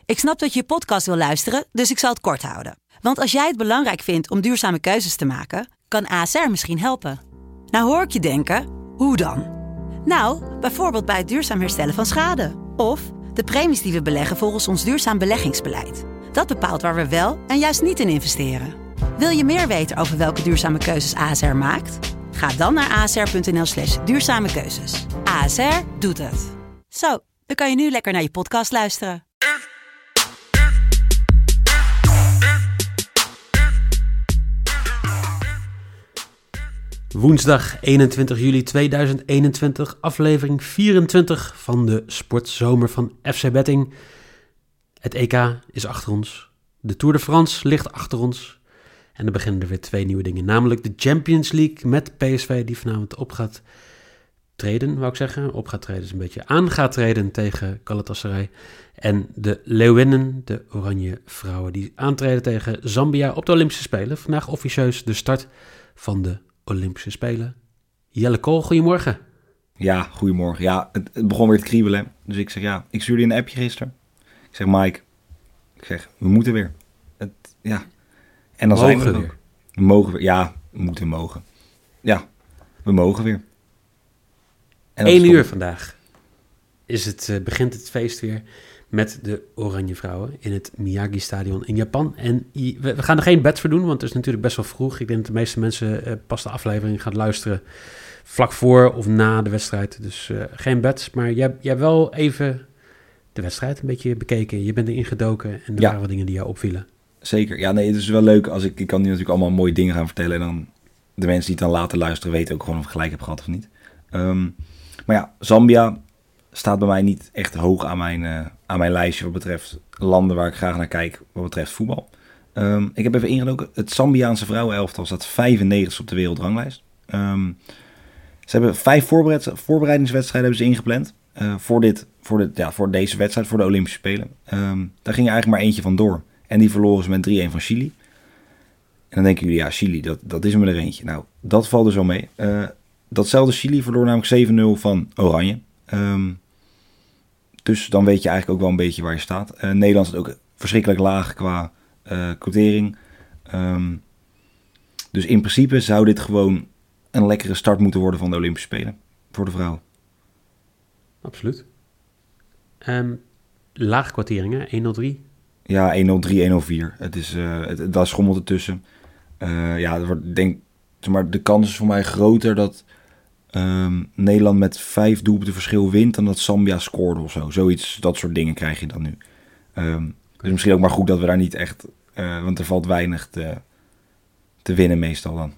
Ik snap dat je podcast wil luisteren, dus ik zal het kort houden. Want als jij het belangrijk vindt om duurzame keuzes te maken, kan ASR misschien helpen. Nou hoor ik je denken, hoe dan? Nou, bijvoorbeeld bij het duurzaam herstellen van schade. Of de premies die we beleggen volgens ons duurzaam beleggingsbeleid. Dat bepaalt waar we wel en juist niet in investeren. Wil je meer weten over welke duurzame keuzes ASR maakt? Ga dan naar asr.nl/duurzame keuzes. ASR doet het. Zo, dan kan je nu lekker naar je podcast luisteren. Woensdag 21 juli 2021, aflevering 24 van de Sportzomer van FC Betting. Het EK is achter ons, de Tour de France ligt achter ons en er beginnen er weer twee nieuwe dingen. Namelijk de Champions League met PSV die vanavond op gaat treden, wou ik zeggen. Op gaat treden is een beetje aan gaat treden tegen Galatasaray. En de Leeuwinnen, de Oranje Vrouwen, die aantreden tegen Zambia op de Olympische Spelen. Vandaag officieus de start van de Olympische Spelen. Jelle Kool, goedemorgen. Ja, goedemorgen. Ja, het begon weer te kriebelen. Dus ik zeg ik stuurde een appje gisteren. Ik zeg Mike, we moeten weer. En dan zijn we er ook. We mogen weer. Ja, we moeten mogen. Ja, we mogen weer. 1 uur vandaag begint het feest weer met de Oranje Vrouwen in het Miyagi-stadion in Japan. En we gaan er geen bets voor doen, want het is natuurlijk best wel vroeg. Ik denk dat de meeste mensen pas de aflevering gaan luisteren vlak voor of na de wedstrijd. Dus geen bets, maar jij hebt wel even de wedstrijd een beetje bekeken. Je bent erin gedoken en er waren wat dingen die jou opvielen. Zeker. Ja, nee, het is wel leuk. Ik kan nu natuurlijk allemaal mooie dingen gaan vertellen. En dan de mensen die het dan later luisteren weten ook gewoon of ik gelijk heb gehad of niet. Maar ja, Zambia staat bij mij niet echt hoog aan mijn lijstje wat betreft landen waar ik graag naar kijk wat betreft voetbal. Ik heb even ingedoken. Het Zambiaanse vrouwenelftal staat 95 op de wereldranglijst. Ze hebben 5 voorbereidingswedstrijden hebben ze ingepland. Voor deze wedstrijd, voor de Olympische Spelen. Daar ging er eigenlijk maar eentje van door. En die verloren ze met 3-1 van Chili. En dan denken jullie, ja, Chili, dat is er eentje. Nou, dat valt dus wel mee. Datzelfde Chili verloor namelijk 7-0 van Oranje. Dus dan weet je eigenlijk ook wel een beetje waar je staat. Nederland is ook verschrikkelijk laag qua quotering. Dus in principe zou dit gewoon een lekkere start moeten worden van de Olympische Spelen. Voor de vrouwen. Absoluut. Lage kwarteringen, 103. Ja, 103, 104. Daar schommelt het tussen. De kans is voor mij groter dat Nederland met 5 doelpunten verschil wint dan dat Zambia scoorde of zo. Zoiets, dat soort dingen krijg je dan nu. Dus misschien ook maar goed dat we daar niet echt... want er valt weinig te winnen meestal dan.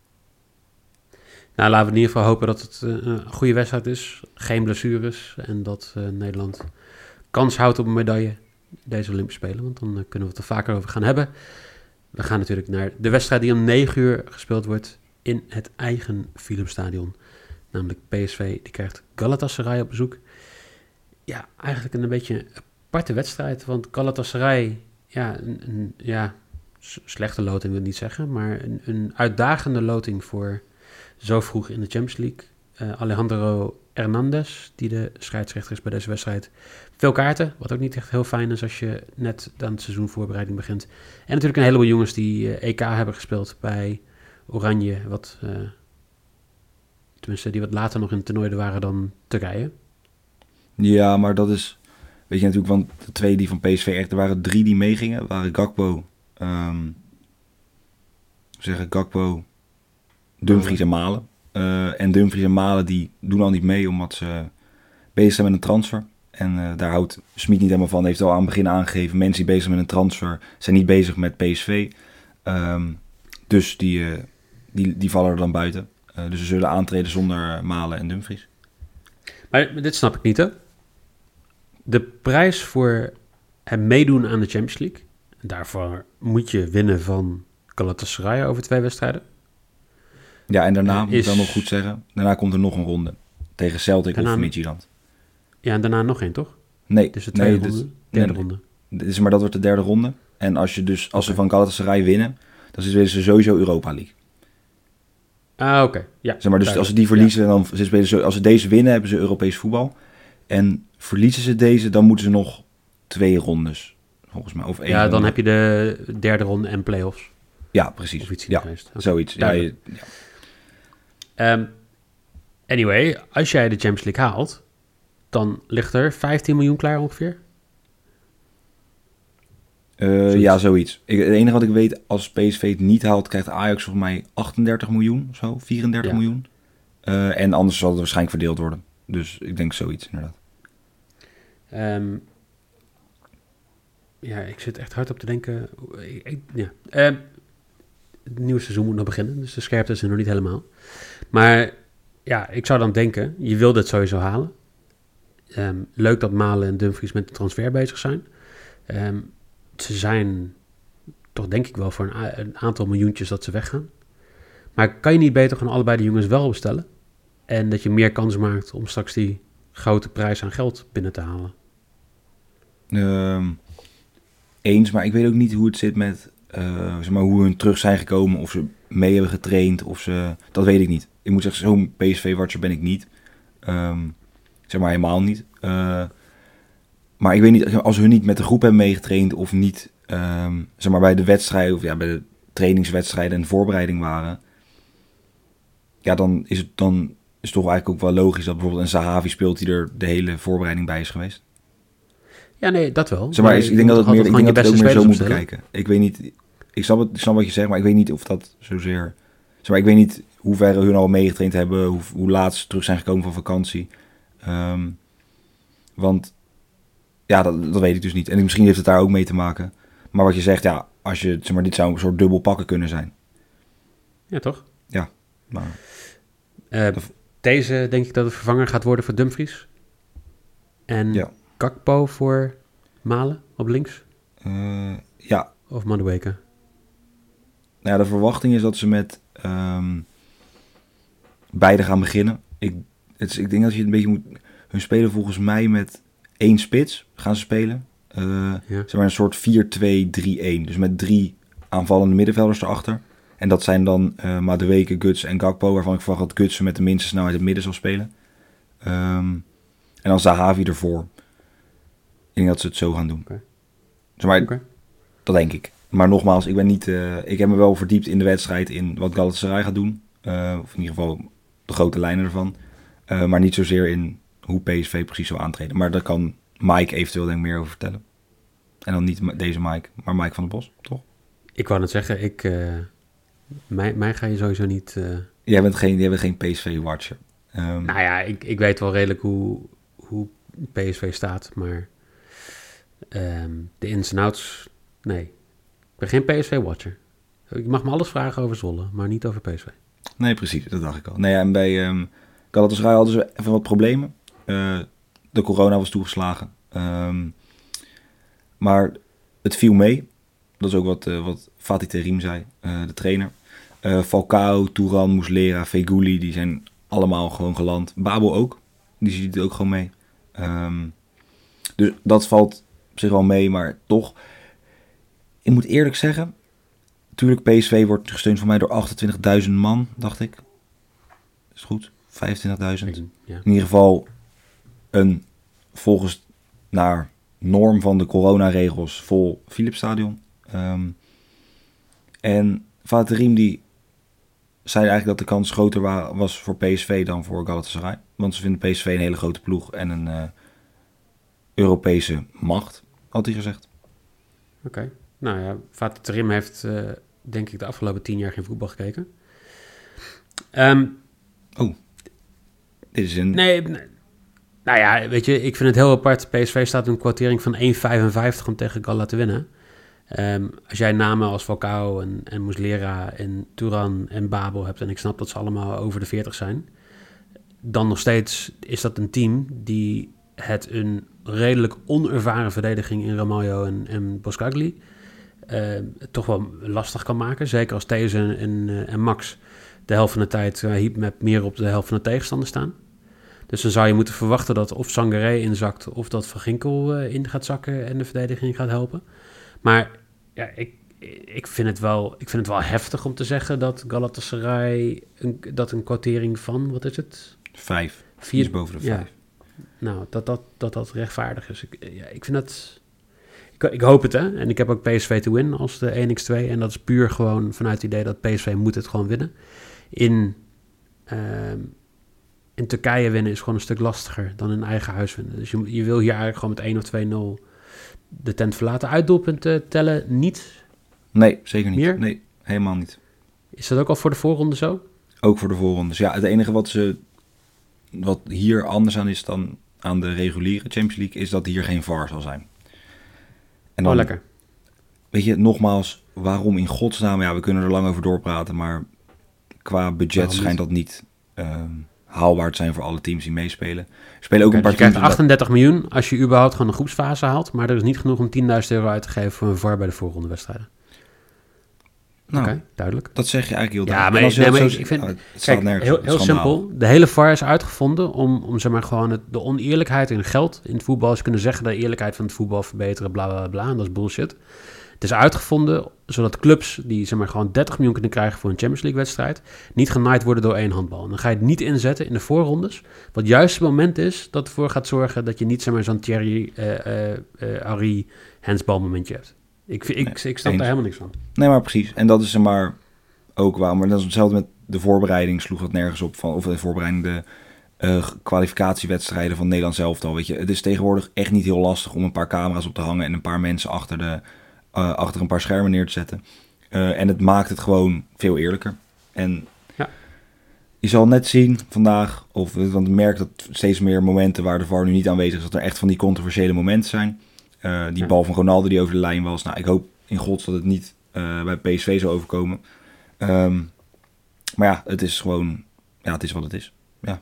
Nou, laten we in ieder geval hopen dat het een goede wedstrijd is. Geen blessures. En dat Nederland kans houdt op een medaille deze Olympische Spelen. Want dan kunnen we het er vaker over gaan hebben. We gaan natuurlijk naar de wedstrijd die om 9 uur gespeeld wordt in het eigen Philipsstadion. Namelijk PSV, die krijgt Galatasaray op bezoek. Ja, eigenlijk een beetje een aparte wedstrijd. Want Galatasaray, slechte loting wil ik niet zeggen. Maar een uitdagende loting voor zo vroeg in de Champions League. Alejandro Hernandez, die de scheidsrechter is bij deze wedstrijd. Veel kaarten, wat ook niet echt heel fijn is als je net aan het seizoenvoorbereiding begint. En natuurlijk een heleboel jongens die EK hebben gespeeld bij Oranje. Tenminste, die wat later nog in het toernooi waren dan Turkije. Ja, maar dat is... Weet je natuurlijk, want de 2 die van PSV echt... Er waren 3 die meegingen. Waren Gakpo... Dumfries en Malen. En Dumfries en Malen die doen al niet mee omdat ze bezig zijn met een transfer. En daar houdt Smit niet helemaal van. Heeft al aan het begin aangegeven. Mensen die bezig zijn met een transfer zijn niet bezig met PSV. Dus die vallen er dan buiten. Dus ze zullen aantreden zonder Malen en Dumfries. Maar dit snap ik niet, hè? De prijs voor het meedoen aan de Champions League... daarvoor moet je winnen van Galatasaray over 2 wedstrijden. Ja, en daarna, moet ik dan nog goed zeggen... daarna komt er nog een ronde. Tegen Celtic of Midtjylland. Ja, en daarna nog 1, toch? Nee. Dus de tweede ronde, derde ronde. Maar dat wordt de derde ronde. En als ze van Galatasaray winnen... dan willen ze sowieso Europa League. Ah, oké. Ja, zeg maar, dus als ze die verliezen... dan spelen ze, als ze deze winnen, hebben ze Europees voetbal. En verliezen ze deze... dan moeten ze nog 2 rondes volgens mij. Of één Ja, dan ronde. heb je de derde ronde en play-offs. Ja, precies. Of iets in die Ja, geest. Oké. zoiets. Ja, Duidelijk. Anyway, als jij de Champions League haalt, dan ligt er 15 miljoen klaar ongeveer. ja, zoiets. Het enige wat ik weet, als PSV het niet haalt, krijgt Ajax volgens mij 38 miljoen of zo. 34 Ja. miljoen. En anders zal het waarschijnlijk verdeeld worden. Dus ik denk zoiets, inderdaad. Ja, ik zit echt hard op te denken. Het nieuwe seizoen moet nog beginnen, dus de scherpte is er nog niet helemaal. Maar ja, ik zou dan denken, je wil dit sowieso halen. Leuk dat Malen en Dumfries met de transfer bezig zijn. Ze zijn toch denk ik wel voor een aantal miljoentjes dat ze weggaan. Maar kan je niet beter gewoon allebei de jongens wel bestellen? En dat je meer kans maakt om straks die grote prijs aan geld binnen te halen. Eens, maar ik weet ook niet hoe het zit met zeg maar, hoe hun terug zijn gekomen. Of ze mee hebben getraind. Dat weet ik niet. Ik moet zeggen, zo'n PSV-watcher ben ik niet. Zeg maar helemaal niet. Maar ik weet niet, als hun niet met de groep hebben meegetraind of niet zeg maar bij de wedstrijden of ja, bij de trainingswedstrijden en voorbereiding waren. Ja, dan is het toch eigenlijk ook wel logisch dat bijvoorbeeld een Zahavi speelt die er de hele voorbereiding bij is geweest. Ja, nee, dat wel. Zeg maar, ik denk dat het meer, ik denk dat het ook meer zo moet bekijken. bekijken. Ik weet niet, ik snap wat je zegt, maar ik weet niet of dat zozeer. Zeg maar, ik weet niet hoe ver hun al meegetraind hebben, hoe laat ze terug zijn gekomen van vakantie. Want ja, dat weet ik dus niet. En misschien heeft het daar ook mee te maken. Maar wat je zegt, ja, als je, zeg maar, dit zou een soort dubbel pakken kunnen zijn. Ja, toch? Ja, maar Deze denk ik dat het vervanger gaat worden voor Dumfries. En ja. Gakpo voor Malen op links. Ja. Of Madueke. Nou ja, de verwachting is dat ze met beide gaan beginnen. Ik denk dat je het een beetje moet. Hun spelen volgens mij met 1 spits gaan ze spelen. Zeg maar een soort 4-2-3-1. Dus met 3 aanvallende middenvelders erachter. En dat zijn dan Madueke, Guts en Gakpo. Waarvan ik verwacht dat Guts met de minste snelheid in het midden zal spelen. En dan Zahavi ervoor. Ik denk dat ze het zo gaan doen. Okay. Zeg maar, dat denk ik. Maar nogmaals, ik ben niet. Ik heb me wel verdiept in de wedstrijd in wat Galatasaray gaat doen. Of in ieder geval de grote lijnen ervan. Maar niet zozeer in hoe PSV precies zal aantreden. Maar daar kan Mike eventueel denk ik meer over vertellen. En dan niet deze Mike, maar Mike van der Bos, toch? Ik wou net zeggen, mij ga je sowieso niet... Jij bent geen PSV-watcher. Nou ja, ik weet wel redelijk hoe PSV staat, maar de ins en outs, nee. Ik ben geen PSV-watcher. Je mag me alles vragen over Zwolle, maar niet over PSV. Nee, precies, dat dacht ik al. Nee, en bij Galatasaray hadden ze even wat problemen. De corona was toegeslagen. Maar het viel mee. Dat is ook wat Fatih Terim zei, de trainer. Falcao, Thuram, Muslera, Feghouli, die zijn allemaal gewoon geland. Babel ook, die ziet het ook gewoon mee. Dus dat valt op zich wel mee, maar toch... Ik moet eerlijk zeggen, natuurlijk PSV wordt gesteund van mij door 28.000 man, dacht ik. Is het goed? 25.000. Ja. In ieder geval volgens naar norm van de coronaregels vol Philipsstadion. En Fatih Terim die zei eigenlijk dat de kans groter was voor PSV dan voor Galatasaray. Want ze vinden PSV een hele grote ploeg en een Europese macht, had hij gezegd. Oké. Nou ja, Fatih Terim heeft denk ik de afgelopen 10 jaar geen voetbal gekeken. Dit is een... Nee, nou ja, weet je, ik vind het heel apart. PSV staat een kwartering van 1,55 om tegen Gala te winnen. Als jij namen als Falcao en Muslera en Thuram en Babel hebt... en ik snap dat ze allemaal over de 40 zijn... dan nog steeds is dat een team die het een redelijk onervaren verdediging... in Ramalho en Boskagli toch wel lastig kan maken. Zeker als These en Max de helft van de tijd met meer op de helft van de tegenstander staan. Dus dan zou je moeten verwachten dat of Sangaré inzakt... of dat Van Ginkel in gaat zakken en de verdediging gaat helpen. Maar ja, ik vind het wel heftig om te zeggen dat Galatasaray een kwartering van, wat is het? 5. 4 is boven de 5. Ja. Nou, dat rechtvaardig is. Ik vind dat... Ik ik hoop het, hè. En ik heb ook PSV to win als de 1x2. En dat is puur gewoon vanuit het idee dat PSV moet het gewoon winnen. In Turkije winnen is gewoon een stuk lastiger dan in eigen huis winnen. Dus je wil hier eigenlijk gewoon met 1 of 2-0 de tent verlaten. Uitdoelpunten tellen niet? Nee, zeker niet. Meer? Nee, helemaal niet. Is dat ook al voor de voorronde zo? Ook voor de voorrondes. Ja, het enige wat hier anders aan is dan aan de reguliere Champions League, is dat hier geen VAR zal zijn. En dan, lekker. Weet je, nogmaals, waarom in godsnaam? Ja, we kunnen er lang over doorpraten, maar qua budget schijnt dat niet haalbaar te zijn voor alle teams die meespelen. Er spelen ook een paar dus je teams... krijgt 38 miljoen als je überhaupt gewoon een groepsfase haalt, maar er is niet genoeg om €10.000 uit te geven voor een VAR bij de voorronde wedstrijden. Nou, Oké, duidelijk. Dat zeg je eigenlijk heel Ja, duidelijk. maar, En als je dat nee, zo- ik vind... het staat Kijk, nergens heel, op. heel simpel. De hele VAR is uitgevonden om zeg maar gewoon de oneerlijkheid in geld in het voetbal. Ze kunnen zeggen de eerlijkheid van het voetbal verbeteren, bla bla bla. En dat is bullshit. Het is uitgevonden zodat clubs die zeg maar gewoon 30 miljoen kunnen krijgen voor een Champions League wedstrijd, niet genaaid worden door één handbal. En dan ga je het niet inzetten in de voorrondes. Wat juist het moment is dat ervoor gaat zorgen dat je niet zeg maar zo'n Thierry Henry handsbal momentje hebt. Ik snap daar helemaal niks van. Nee, maar precies. En dat is maar ook waar. Maar dat is hetzelfde met de voorbereiding. Sloeg dat nergens op van. Of de voorbereiding, de kwalificatiewedstrijden van Nederland elftal. Weet je, het is tegenwoordig echt niet heel lastig om een paar camera's op te hangen en een paar mensen achter een paar schermen neer te zetten. En het maakt het gewoon veel eerlijker. En ja. Je zal net zien vandaag, want ik merk dat steeds meer momenten waar de VAR nu niet aanwezig is, dat er echt van die controversiële momenten zijn. Die bal van Ronaldo die over de lijn was. Nou, ik hoop in gods dat het niet bij PSV zou overkomen. Maar ja, het is gewoon... Ja, het is wat het is. Ja.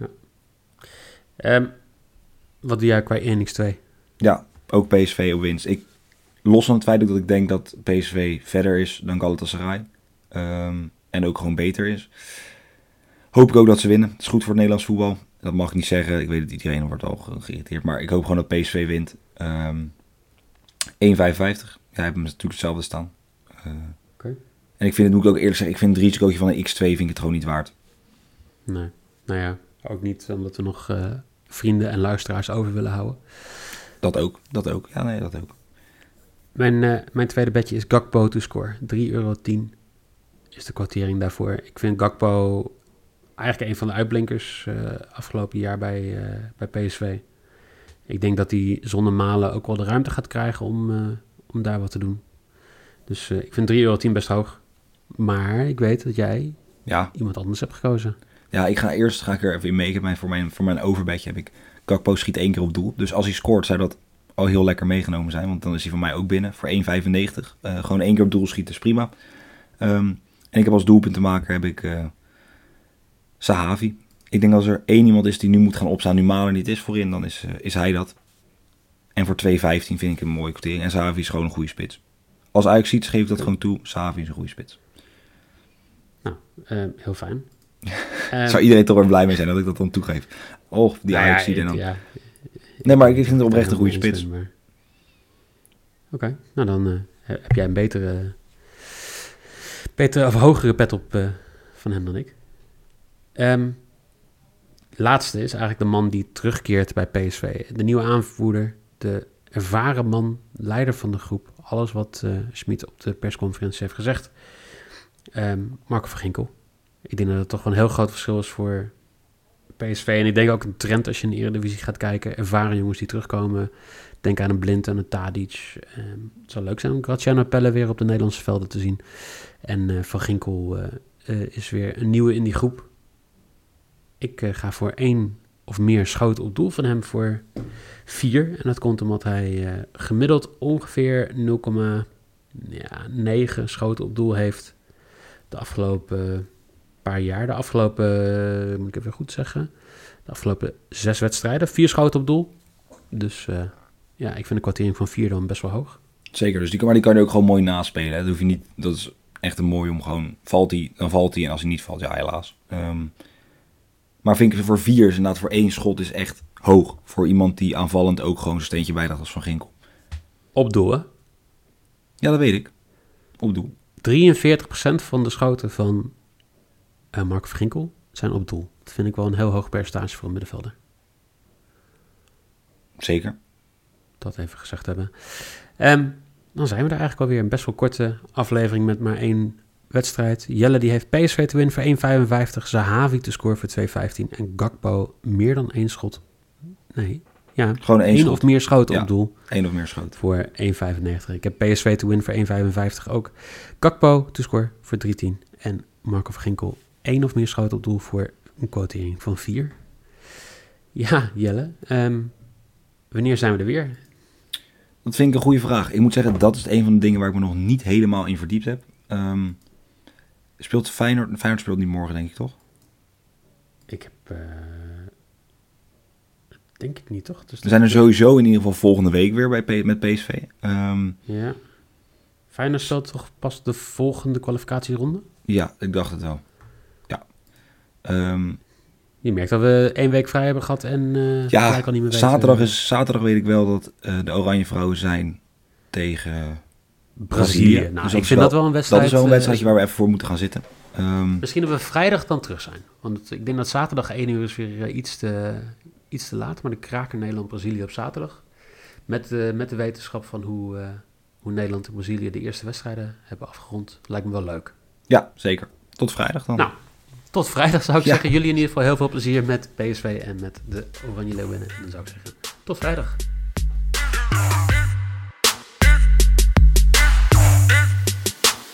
Wat doe jij qua 1x2? Ja, ook PSV op winst. Los van het feit dat ik denk dat PSV verder is dan Galatasaray. En ook gewoon beter is. Hoop ik ook dat ze winnen. Het is goed voor het Nederlands voetbal. Dat mag ik niet zeggen. Ik weet dat iedereen wordt al geïrriteerd. Maar ik hoop gewoon dat PSV wint. 1,55. Ja, hebben natuurlijk hetzelfde staan. Okay. En ik vind het, moet ik ook eerlijk zeggen, ik vind het risicootje van een X2 vind ik het gewoon niet waard. Nee, nou ja, ook niet omdat we nog vrienden en luisteraars over willen houden. Dat ook. Ja, nee, dat ook. Mijn tweede bedje is Gakpo to score. €3,10 is de kwartering daarvoor. Ik vind Gakpo eigenlijk een van de uitblinkers afgelopen jaar bij PSV. Ik denk dat hij zonder Malen ook wel de ruimte gaat krijgen om daar wat te doen. Dus ik vind €3,10 best hoog. Maar ik weet dat jij iemand anders hebt gekozen. Ja, ik ga er even in mee. Ik heb voor mijn overbedje heb ik Gakpo schiet 1 keer op doel. Dus als hij scoort, zou dat al heel lekker meegenomen zijn. Want dan is hij van mij ook binnen voor 1,95. Gewoon 1 keer op doel schieten is prima. En ik heb als doelpuntenmaker heb ik Sahavi. Ik denk als er één iemand is die nu moet gaan opstaan, nu Malen niet is voorin, dan is hij dat. En voor 2,15 vind ik een mooie quotering. En Sahavi is gewoon een goede spits. Als Ajax ziet, geef ik dat gewoon toe. Sahavi is een goede spits. Nou, heel fijn. Zou iedereen toch weer blij mee zijn dat ik dat dan toegeef? Oh, die Ajax ziet en dan. Ja. Nee, maar ik vind het oprecht een goede spits. Oké, nou dan heb jij een betere of hogere pet op van hem dan ik. Laatste is eigenlijk de man die terugkeert bij PSV. De nieuwe aanvoerder, de ervaren man, leider van de groep. Alles wat Schmid op de persconferentie heeft gezegd. Marco van Ginkel. Ik denk dat het toch wel een heel groot verschil is voor PSV. En ik denk ook een trend als je in de Eredivisie gaat kijken. Ervaren jongens die terugkomen. Denk aan een Blind en een Tadic. Het zou leuk zijn om Graziano Pelle weer op de Nederlandse velden te zien. En Van Ginkel is weer een nieuwe in die groep. Ik ga voor 1 of meer schoten op doel van hem voor 4. En dat komt omdat hij gemiddeld ongeveer 0,9 schoten op doel heeft de afgelopen paar jaar. De afgelopen, moet ik even goed zeggen, de afgelopen 6 wedstrijden. 4 schoten op doel. Dus ik vind de kwartering van 4 dan best wel hoog. Zeker, dus die kan je ook gewoon mooi naspelen. Hè? Dat hoef je niet, dat is echt een mooi om gewoon, valt hij, dan valt hij. En als hij niet valt, ja helaas. Maar vind ik voor 4 is inderdaad voor 1 schot is echt hoog. Voor iemand die aanvallend ook gewoon zijn steentje bijdraagt als Van Ginkel. Op doel, hè? Ja, dat weet ik. Op doel. 43% van de schoten van Marco van Ginkel zijn op doel. Dat vind ik wel een heel hoog percentage voor een middenvelder. Zeker. Dat even gezegd hebben. Dan zijn we er eigenlijk alweer. Een best wel korte aflevering met maar 1 wedstrijd. Jelle die heeft PSV te winnen voor 1,55. Zahavi te scoren voor 2,15. En Gakpo meer dan 1 schot. Nee, ja. Gewoon 1 schot. Of meer schoten op doel. 1 of meer schoten. Voor 1,95. Ik heb PSV te winnen voor 1,55 ook. Gakpo te scoren voor 3,10. En Marco van Ginkel 1 of meer schoten op doel voor een quotering van 4. Ja, Jelle. Wanneer zijn we er weer? Dat vind ik een goede vraag. Ik moet zeggen, dat is een van de dingen waar ik me nog niet helemaal in verdiept heb. Speelt Feyenoord speelt niet morgen, denk ik, toch? Ik heb... denk ik niet, toch? Dus we zijn er sowieso in ieder geval volgende week weer met PSV. Ja. Feyenoord speelt toch pas de volgende kwalificatieronde? Ja, ik dacht het wel. Ja. Je merkt dat we 1 week vrij hebben gehad en gelijk al niet meer weten. Zaterdag weet ik wel dat de Oranje Vrouwen zijn tegen Brazilië. Nou, dus ik vind dat wel een wedstrijd. Dat is wel een wedstrijdje waar we even voor moeten gaan zitten. Misschien dat we vrijdag dan terug zijn. Want ik denk dat zaterdag 1 uur is weer iets te laat. Maar de kraker Nederland-Brazilië op zaterdag. Met de wetenschap van hoe Nederland en Brazilië de eerste wedstrijden hebben afgerond. Lijkt me wel leuk. Ja, zeker. Tot vrijdag dan. Nou, tot vrijdag zou ik zeggen. Jullie in ieder geval heel veel plezier met PSV en met de Oranje Leeuwinnen. Dan zou ik zeggen, tot vrijdag.